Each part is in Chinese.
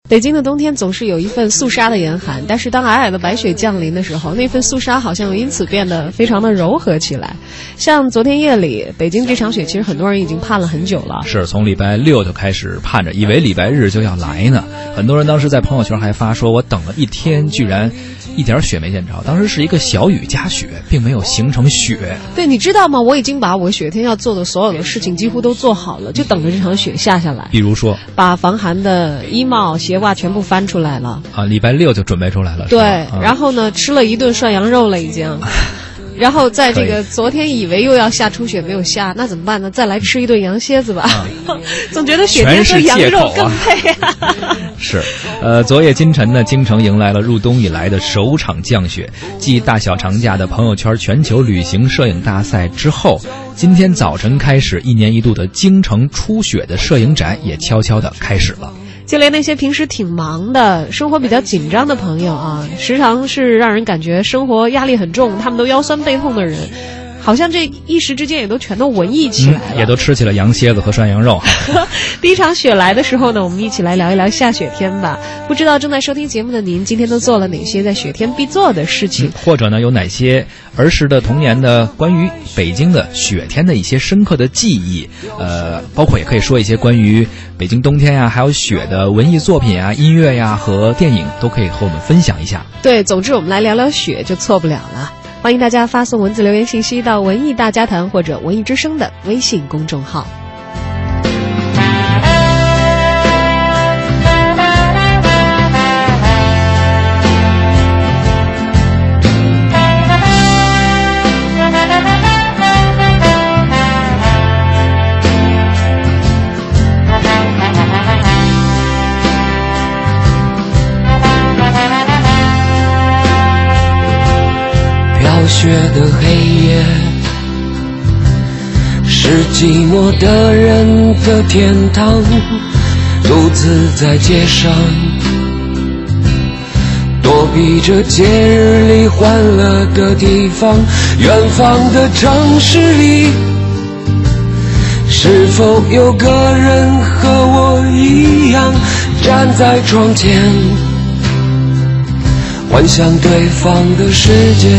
北京的冬天总是有一份肃杀的严寒，但是当皑皑的白雪降临的时候，那份肃杀好像因此变得非常的柔和起来。像昨天夜里，北京这场雪其实很多人已经盼了很久了， 是从礼拜六就开始盼着，以为礼拜日就要来呢。很多人当时在朋友圈还发说，我等了一天，居然一点雪没见着。当时是一个小雨加雪，并没有形成雪。 对，你知道吗？我已经把我雪天要做的所有的事情几乎都做好了，就等着这场雪下下来。 比如说， 把防寒的衣帽、鞋袜全部翻出来了啊，礼拜六就准备出来了。 对，然后呢，吃了一顿涮羊肉了已经。然后在这个昨天以为又要下初雪没有下，那怎么办呢？再来吃一顿羊蝎子吧。总觉得雪天和羊肉更配啊。 是，昨夜今晨呢，京城迎来了入冬以来的首场降雪。继大小长假的朋友圈全球旅行摄影大赛之后，今天早晨开始，一年一度的京城初雪的摄影展也悄悄地开始了。 就连那些平时挺忙的、生活比较紧张的朋友啊，时常是让人感觉生活压力很重，他们都腰酸背痛的人，好像这一时之间也都全都文艺起来了， 也都吃起了羊蝎子和涮羊肉。 第一场雪来的时候呢，我们一起来聊一聊下雪天吧。不知道正在收听节目的您，今天都做了哪些在雪天必做的事情， 或者呢有哪些儿时的童年的关于北京的雪天的一些深刻的记忆，包括也可以说一些关于北京冬天呀，还有雪的文艺作品啊、音乐呀和电影，都可以和我们分享一下。 对，总之我们来聊聊雪就错不了了。欢迎大家发送文字留言信息到文艺大家谈或者文艺之声的微信公众号。 雪的黑夜是寂寞的人的天堂，独自在街上躲避着节日里欢乐的地方。远方的城市里，是否有个人和我一样站在窗前，幻想对方的世界。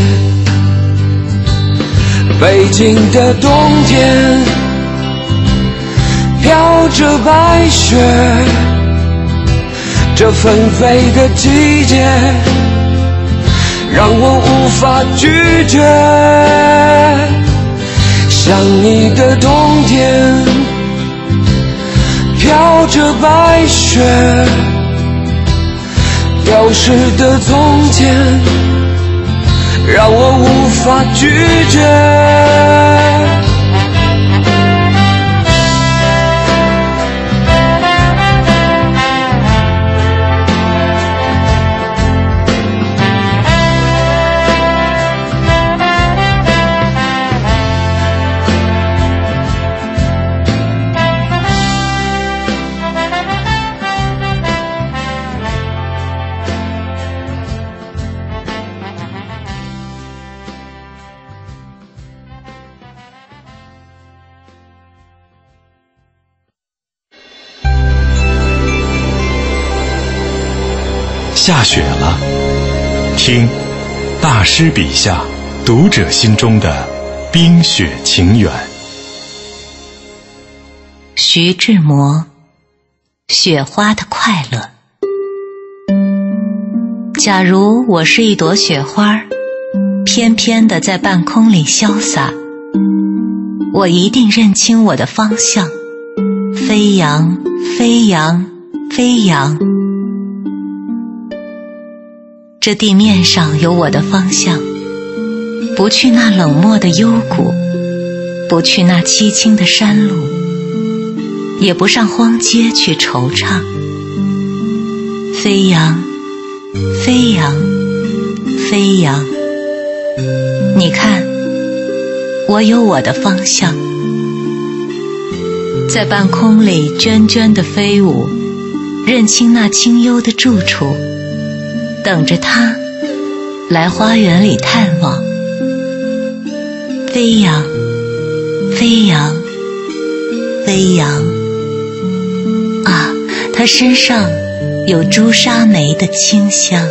北京的冬天飘着白雪，这纷飞的季节让我无法拒绝。想你的冬天飘着白雪，丢失的从前让我无法拒绝。 下雪了，听大师笔下读者心中的冰雪情缘。 徐志摩，雪花的快乐。假如我是一朵雪花，翩翩地在半空里潇洒，我一定认清我的方向，飞扬，飞扬，飞扬。这地面上有我的方向，不去那冷漠的幽谷，不去那凄清的山路，也不上荒街去惆怅。飞扬，飞扬，飞扬。你看，我有我的方向，在半空里涓涓地飞舞，认清那清幽的住处，等着他来花园里探望。飞扬，飞扬，飞扬啊，他身上有朱砂梅的清香。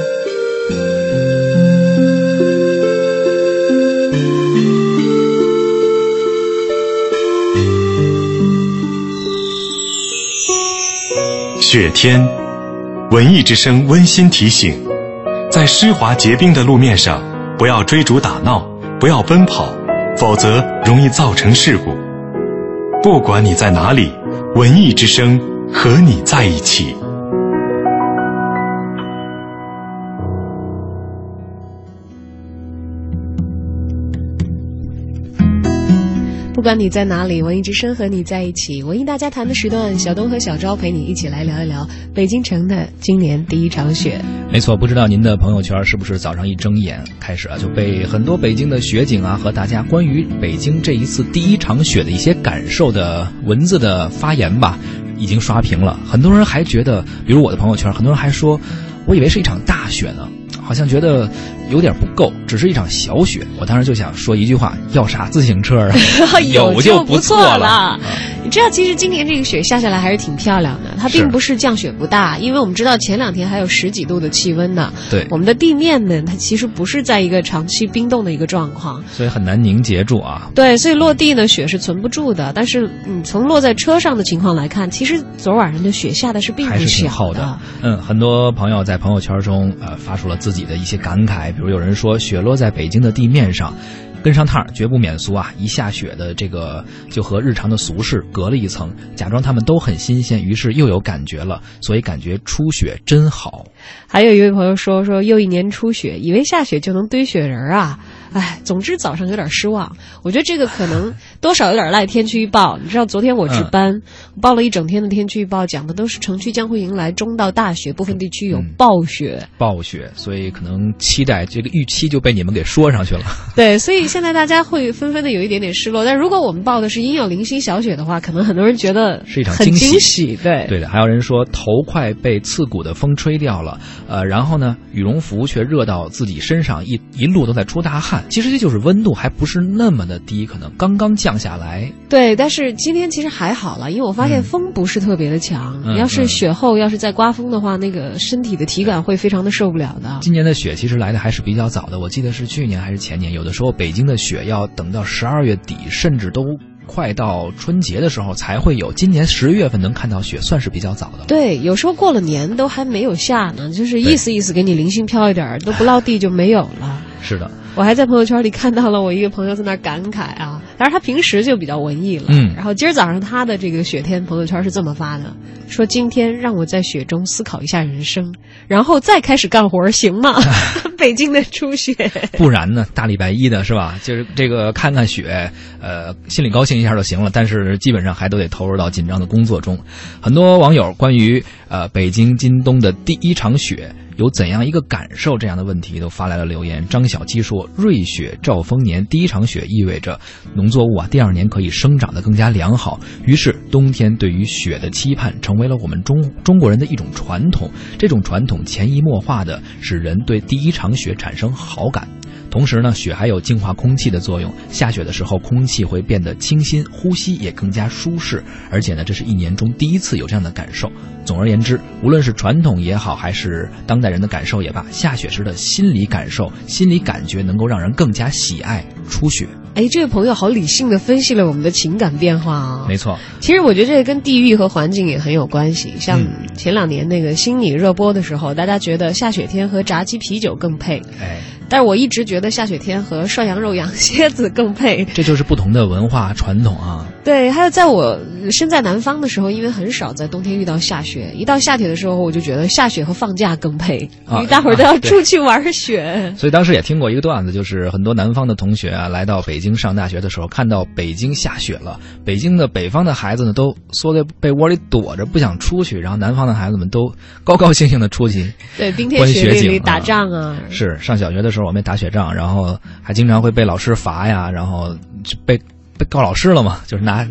雪天，文艺之声温馨提醒，在湿滑结冰的路面上，不要追逐打闹，不要奔跑，否则容易造成事故。不管你在哪里，文艺之声和你在一起。 不管你在哪里，文艺之声和你在一起。文艺大家谈的时段，小东和小昭陪你一起来聊一聊北京城的今年第一场雪。 没错，不知道您的朋友圈是不是早上一睁眼开始就被很多北京的雪景和大家关于北京这一次第一场雪的一些感受的文字的发言吧，已经刷屏了。很多人还觉得，比如我的朋友圈，很多人还说，我以为是一场大雪呢，好像觉得有点不够，只是一场小雪。我当时就想说一句话，要啥自行车啊？有就不错了。 你知道，其实今年这个雪下下来还是挺漂亮的，它并不是降雪不大，因为我们知道前2天还有10几度的气温呢。 对， 我们的地面呢，它其实不是在一个长期冰冻的一个状况， 所以很难凝结住啊。 对，所以落地呢，雪是存不住的。但是从落在车上的情况来看，其实昨晚上的雪下的是并不小的， 还是挺厚的。很多朋友在朋友圈中发出了自己的一些感慨，比如有人说雪落在北京的地面上，跟上趟绝不免俗啊！一下雪的这个就和日常的俗事隔了一层，假装他们都很新鲜，于是又有感觉了，所以感觉初雪真好。 还有一位朋友说又一年初雪，以为下雪就能堆雪人啊！哎，总之早上有点失望。我觉得这个可能多少有点赖天气预报。你知道昨天我值班，我报了一整天的天气预报，讲的都是城区将会迎来中到大雪，部分地区有暴雪。 暴雪，所以可能期待这个预期就被你们给说上去了。 对，所以现在大家会纷纷的有一点点失落。但如果我们报的是阴有零星小雪的话，可能很多人觉得是一场惊喜。 对的，还有人说头快被刺骨的风吹掉了，然后呢，羽绒服却热到自己身上，一路都在出大汗。其实这就是温度还不是那么的低，可能刚刚降下来。 对，但是今天其实还好了，因为我发现风不是特别的强。要是雪后要是再刮风的话，那个身体的体感会非常的受不了的。 今年的雪其实来的还是比较早的，我记得是去年还是前年，有的时候北京的雪要等到12月底，甚至都快到春节的时候才会有。今年10月份能看到雪，算是比较早的了。对， 有时候过了年都还没有下呢，就是意思给你零星飘一点，都不落地就没有了。 是的， 我还在朋友圈里看到了我一个朋友在那感慨啊，但是他平时就比较文艺了。然后今儿早上他的这个雪天朋友圈是这么发的，说今天让我在雪中思考一下人生，然后再开始干活，行吗？北京的初雪， 不然呢？大礼拜一的是吧？就是这个看看雪，心里高兴一下就行了，但是基本上还都得投入到紧张的工作中。很多网友关于北京今冬的第一场雪有怎样一个感受这样的问题都发来了留言。张小七说，瑞雪兆丰年，第一场雪意味着农作物第2年可以生长得更加良好，于是冬天对于雪的期盼成为了我们中国人的一种传统。这种传统潜移默化的使人对第一场雪产生好感。同时呢，雪还有净化空气的作用，下雪的时候空气会变得清新，呼吸也更加舒适，而且呢，这是1年中第一次有这样的感受。总而言之，无论是传统也好，还是当代人的感受也罢，下雪时的心理感受、心理感觉能够让人更加喜爱初雪。 这位朋友好理性的分析了我们的情感变化啊。 没错， 其实我觉得这个跟地域和环境也很有关系。像前2年那个星你热播的时候，大家觉得下雪天和炸鸡啤酒更配。但是我一直觉得下雪天和涮羊肉、羊蝎子更配。 这就是不同的文化传统啊。 对，还有在我身在南方的时候，因为很少在冬天遇到下雪，一到夏天的时候，我就觉得下雪和放假更配，因为大伙儿都要出去玩雪。所以当时也听过一个段子，就是很多南方的同学来到北京上大学的时候，看到北京下雪了，北方的孩子呢都缩在被窝里躲着不想出去，然后南方的孩子们都高高兴兴的出去对冰天雪地里打仗啊。 是上小学的时候我们也打雪仗，然后还经常会被老师罚呀，然后被告老师了嘛，就是拿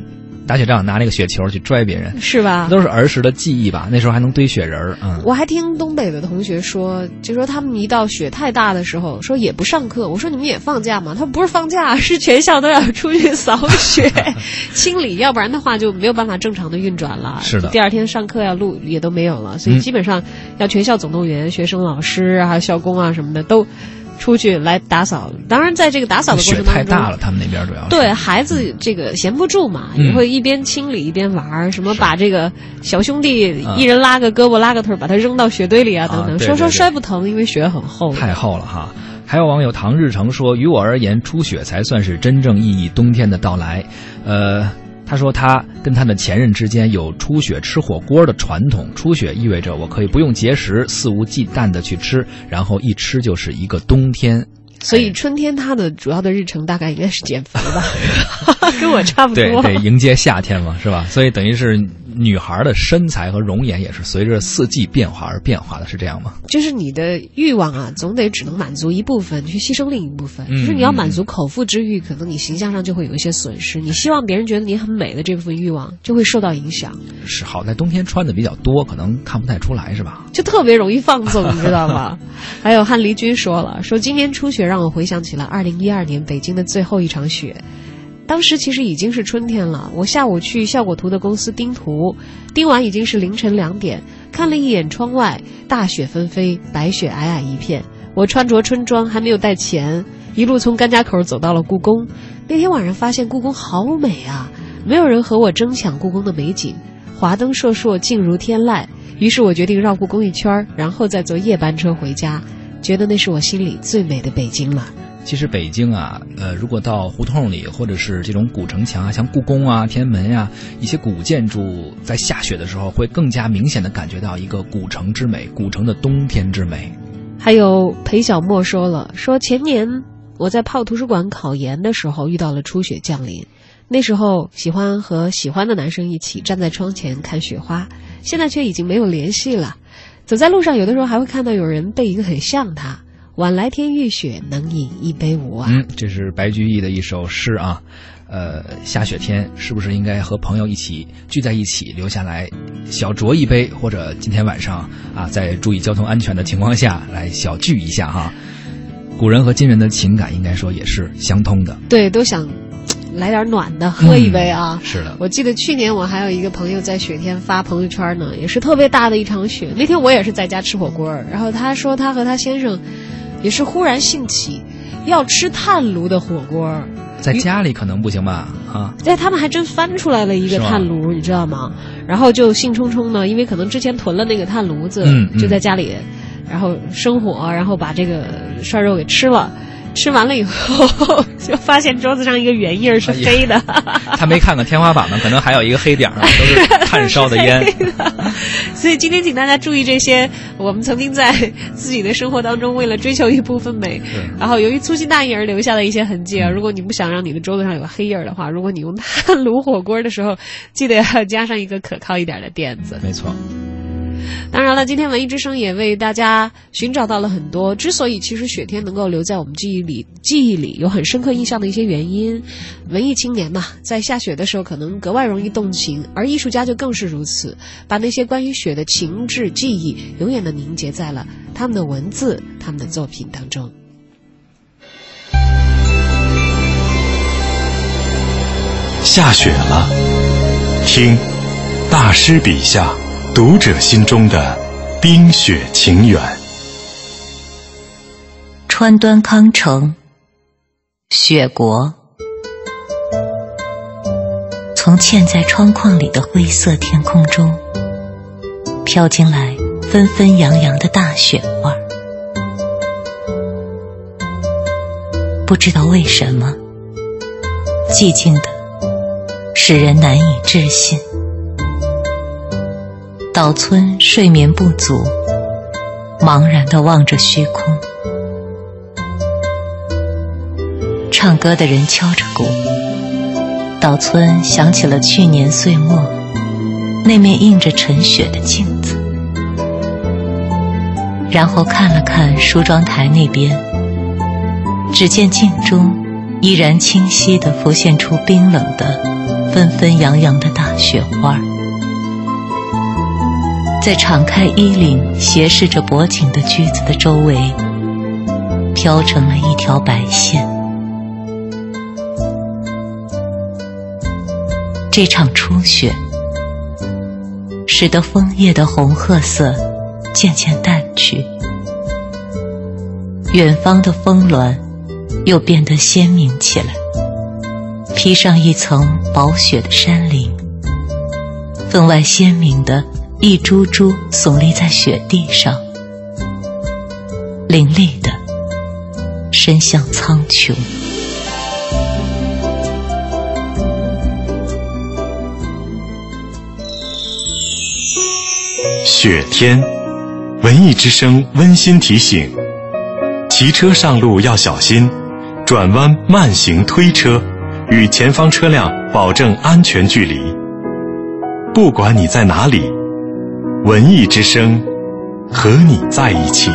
打雪仗拿那个雪球去拽别人， 是吧？ 都是儿时的记忆吧。那时候还能堆雪人儿。 我还听东北的同学说，就说他们一到雪太大的时候，说也不上课。我说你们也放假吗？他不是放假，是全校都要出去扫雪清理，要不然的话就没有办法正常的运转了。 是的， 第二天上课呀、录也都没有了，所以基本上要全校总动员，学生、老师还有校工啊什么的都出去来打扫。当然在这个打扫的过程当中， 雪太大了，他们那边主要是对孩子这个闲不住嘛，也会一边清理一边玩，什么把这个小兄弟一人拉个胳膊拉个腿，把他扔到雪堆里啊等等，说摔不疼，因为雪很厚， 太厚了哈。还有网友唐日成说，于我而言，初雪才算是真正意义冬天的到来。他说他跟他的前任之间有初雪吃火锅的传统，初雪意味着我可以不用节食，肆无忌惮的去吃，然后一吃就是一个冬天。 所以春天它的主要的日程大概应该是减肥吧，跟我差不多。 对，得迎接夏天嘛，是吧？所以等于是女孩的身材和容颜也是随着四季变化而变化的，是这样吗？ 就是你的欲望啊，总得只能满足一部分，去牺牲另一部分。就是你要满足口腹之欲，可能你形象上就会有一些损失。你希望别人觉得你很美的这部分欲望就会受到影响。 是，好在冬天穿的比较多，可能看不太出来，是吧？ 就特别容易放纵，你知道吗？还有汉黎君说了，说今年初雪让我回想起了2012年北京的最后一场雪。当时其实已经是春天了，我下午去效果图的公司盯图，盯完已经是凌晨2点，看了一眼窗外，大雪纷飞，白雪皑皑一片。我穿着春装，还没有带钱，一路从甘家口走到了故宫。那天晚上发现故宫好美啊，没有人和我争抢故宫的美景，华灯烁烁，静如天籁。于是我决定绕故宫一圈，然后再坐夜班车回家，觉得那是我心里最美的北京了。 其实北京啊，如果到胡同里或者是这种古城墙啊，像故宫啊、天安门啊，一些古建筑，在下雪的时候会更加明显的感觉到一个古城之美，古城的冬天之美。 还有裴小沫说了，说前年我在泡图书馆考研的时候遇到了初雪降临，那时候喜欢和喜欢的男生一起站在窗前看雪花，现在却已经没有联系了。走在路上，有的时候还会看到有人背影很像他。晚来天欲雪，能饮一杯无啊。 这是白居易的一首诗啊。下雪天是不是应该和朋友一起聚在一起，留下来小酌一杯，或者今天晚上啊，在注意交通安全的情况下来小聚一下哈。古人和今人的情感应该说也是相通的。 对，都想来点暖的，喝一杯啊。 是的， 我记得去年我还有一个朋友在雪天发朋友圈呢，也是特别大的一场雪。那天我也是在家吃火锅，然后他说他和他先生也是忽然兴起要吃炭炉的火锅。 在家里可能不行吧？啊， 对，他们还真翻出来了一个炭炉，你知道吗？然后就兴冲冲的，因为可能之前囤了那个炭炉子，就在家里，然后生火，然后把这个涮肉给吃了。吃完了以后，就发现桌子上一个圆印是黑的。 他没看看天花板呢，可能还有一个黑点儿，都是炭烧的烟。 所以今天请大家注意这些我们曾经在自己的生活当中为了追求一部分美，然后由于粗心大意而留下的一些痕迹啊。如果你不想让你的桌子上有黑印的话，如果你用炭炉火锅的时候，记得要加上一个可靠一点的垫子。 没错。 当然了，今天文艺之声也为大家寻找到了很多之所以其实雪天能够留在我们记忆里有很深刻印象的一些原因。文艺青年嘛，在下雪的时候可能格外容易动情，而艺术家就更是如此，把那些关于雪的情志记忆永远的凝结在了他们的文字、他们的作品当中。 下雪了，听大师笔下读者心中的冰雪情缘。 川端康成，雪国。从嵌在窗框里的灰色天空中飘进来纷纷扬扬的大雪花，不知道为什么，寂静的使人难以置信。岛村睡眠不足，茫然地望着虚空。唱歌的人敲着鼓，岛村想起了去年岁末那面映着晨雪的镜子，然后看了看梳妆台那边，只见镜中依然清晰地浮现出冰冷的纷纷扬扬的大雪花，在敞开衣领斜视着脖颈的橘子的周围飘成了一条白线。这场初雪使得枫叶的红褐色渐渐淡去，远方的峰峦又变得鲜明起来，披上一层薄雪的山岭，分外鲜明的一株株耸立在雪地上，凌厉的伸向苍穹。 雪天，文艺之声温馨提醒：骑车上路要小心，转弯慢行推车，与前方车辆保证安全距离。不管你在哪里，文艺之声和你在一起。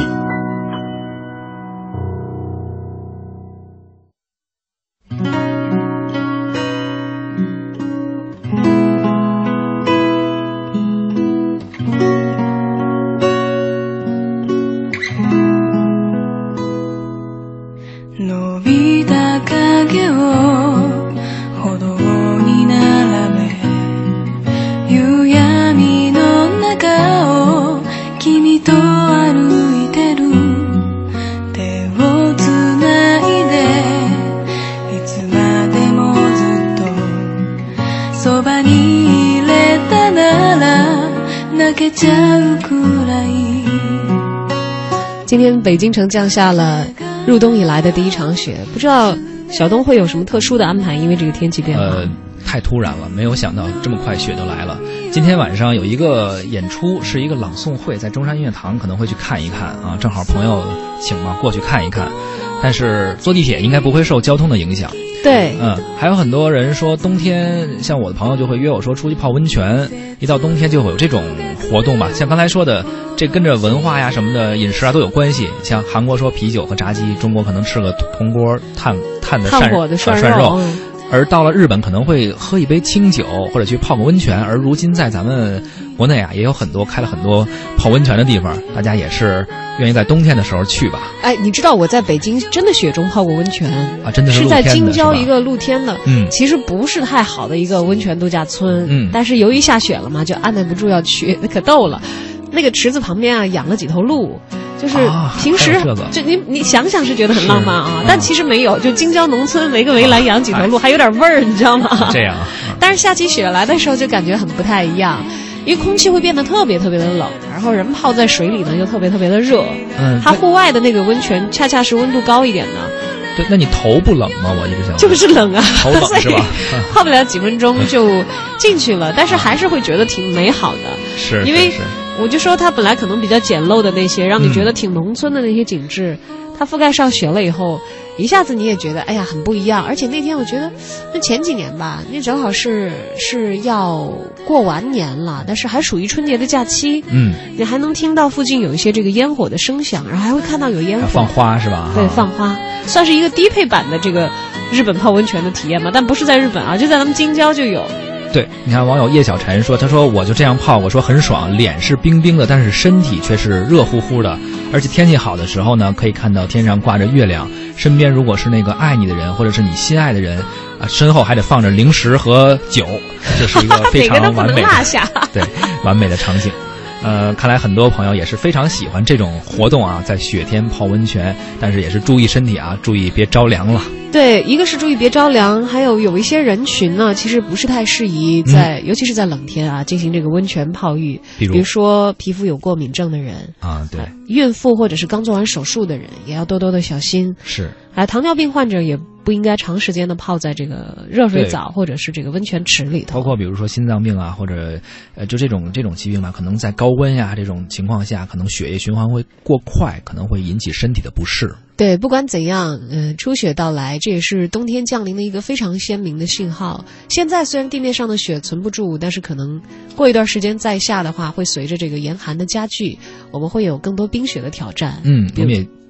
今天北京城降下了入冬以来的第一场雪，不知道小东会有什么特殊的安排？因为这个天气变化， 太突然了，没有想到这么快雪就来了。今天晚上有一个演出，是一个朗诵会，在中山音乐堂，可能会去看一看啊，正好朋友请嘛，过去看一看。但是坐地铁应该不会受交通的影响。 对， 还有很多人说冬天，像我的朋友就会约我说出去泡温泉，一到冬天就会有这种活动吧。像刚才说的，这跟着文化呀什么的饮食啊都有关系。像韩国说啤酒和炸鸡，中国可能吃个铜锅炭的涮肉。而到了日本可能会喝一杯清酒或者去泡个温泉，而如今在咱们国内啊也有开了很多泡温泉的地方，大家也是愿意在冬天的时候去吧。 哎，你知道我在北京真的雪中泡过温泉啊？真的是是在京郊一个露天的， 其实不是太好的一个温泉度假村，但是由于下雪了嘛，就按耐不住要去，可逗了。那个池子旁边啊养了几头鹿。就是平时就你想想是觉得很浪漫啊，但其实没有，就京郊农村围个围栏养几头鹿，还有点味儿，你知道吗？ 这样。 但是下起雪来的时候就感觉很不太一样，因为空气会变得特别特别的冷，然后人泡在水里呢又特别特别的热。它户外的那个温泉恰恰是温度高一点的。 对，那你头不冷吗？我一直想。 就是冷啊， 头冷是吧？ 泡不了几分钟就进去了，但是还是会觉得挺美好的。 是， 因为我就说它本来可能比较简陋的那些，让你觉得挺农村的那些景致，它覆盖上雪了以后，一下子你也觉得哎呀很不一样。而且那天我觉得，那前几年吧，那正好是要过完年了，但是还属于春节的假期。你还能听到附近有一些这个烟火的声响，然后还会看到有烟火放花是吧？ 对，放花，算是一个低配版的这个日本泡温泉的体验嘛，但不是在日本啊，就在咱们京郊就有。 对，你看网友叶小晨说，他说我就这样泡，我说很爽，脸是冰冰的，但是身体却是热乎乎的。而且天气好的时候呢，可以看到天上挂着月亮，身边如果是那个爱你的人或者是你心爱的人啊，身后还得放着零食和酒，这是一个非常完美的对完美的场景。看来很多朋友也是非常喜欢这种活动啊，在雪天泡温泉，但是也是注意身体啊，注意别着凉了。 对，一个是注意别着凉，还有一些人群呢，其实不是太适宜尤其是在冷天啊，进行这个温泉泡浴。比如说皮肤有过敏症的人啊，对， 孕妇或者是刚做完手术的人，也要多多的小心。 是， 糖尿病患者也不应该长时间的泡在这个热水澡或者是这个温泉池里头。 包括比如说心脏病啊，或者就这种疾病吧，可能在高温呀这种情况下，可能血液循环会过快，可能会引起身体的不适。 对，不管怎样，初雪到来，这也是冬天降临的一个非常鲜明的信号。现在虽然地面上的雪存不住，但是可能过一段时间再下的话，会随着这个严寒的加剧，我们会有更多冰雪的挑战。 我们也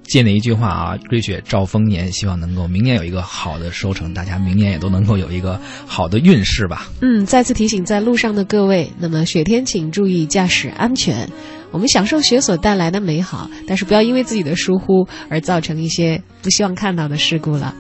借那一句话啊，追雪兆丰年，希望能够明年有一个好的收成，大家明年也都能够有一个好的运势吧。 再次提醒在路上的各位，那么雪天请注意驾驶安全。我们享受雪所带来的美好，但是不要因为自己的疏忽而造成一些不希望看到的事故了。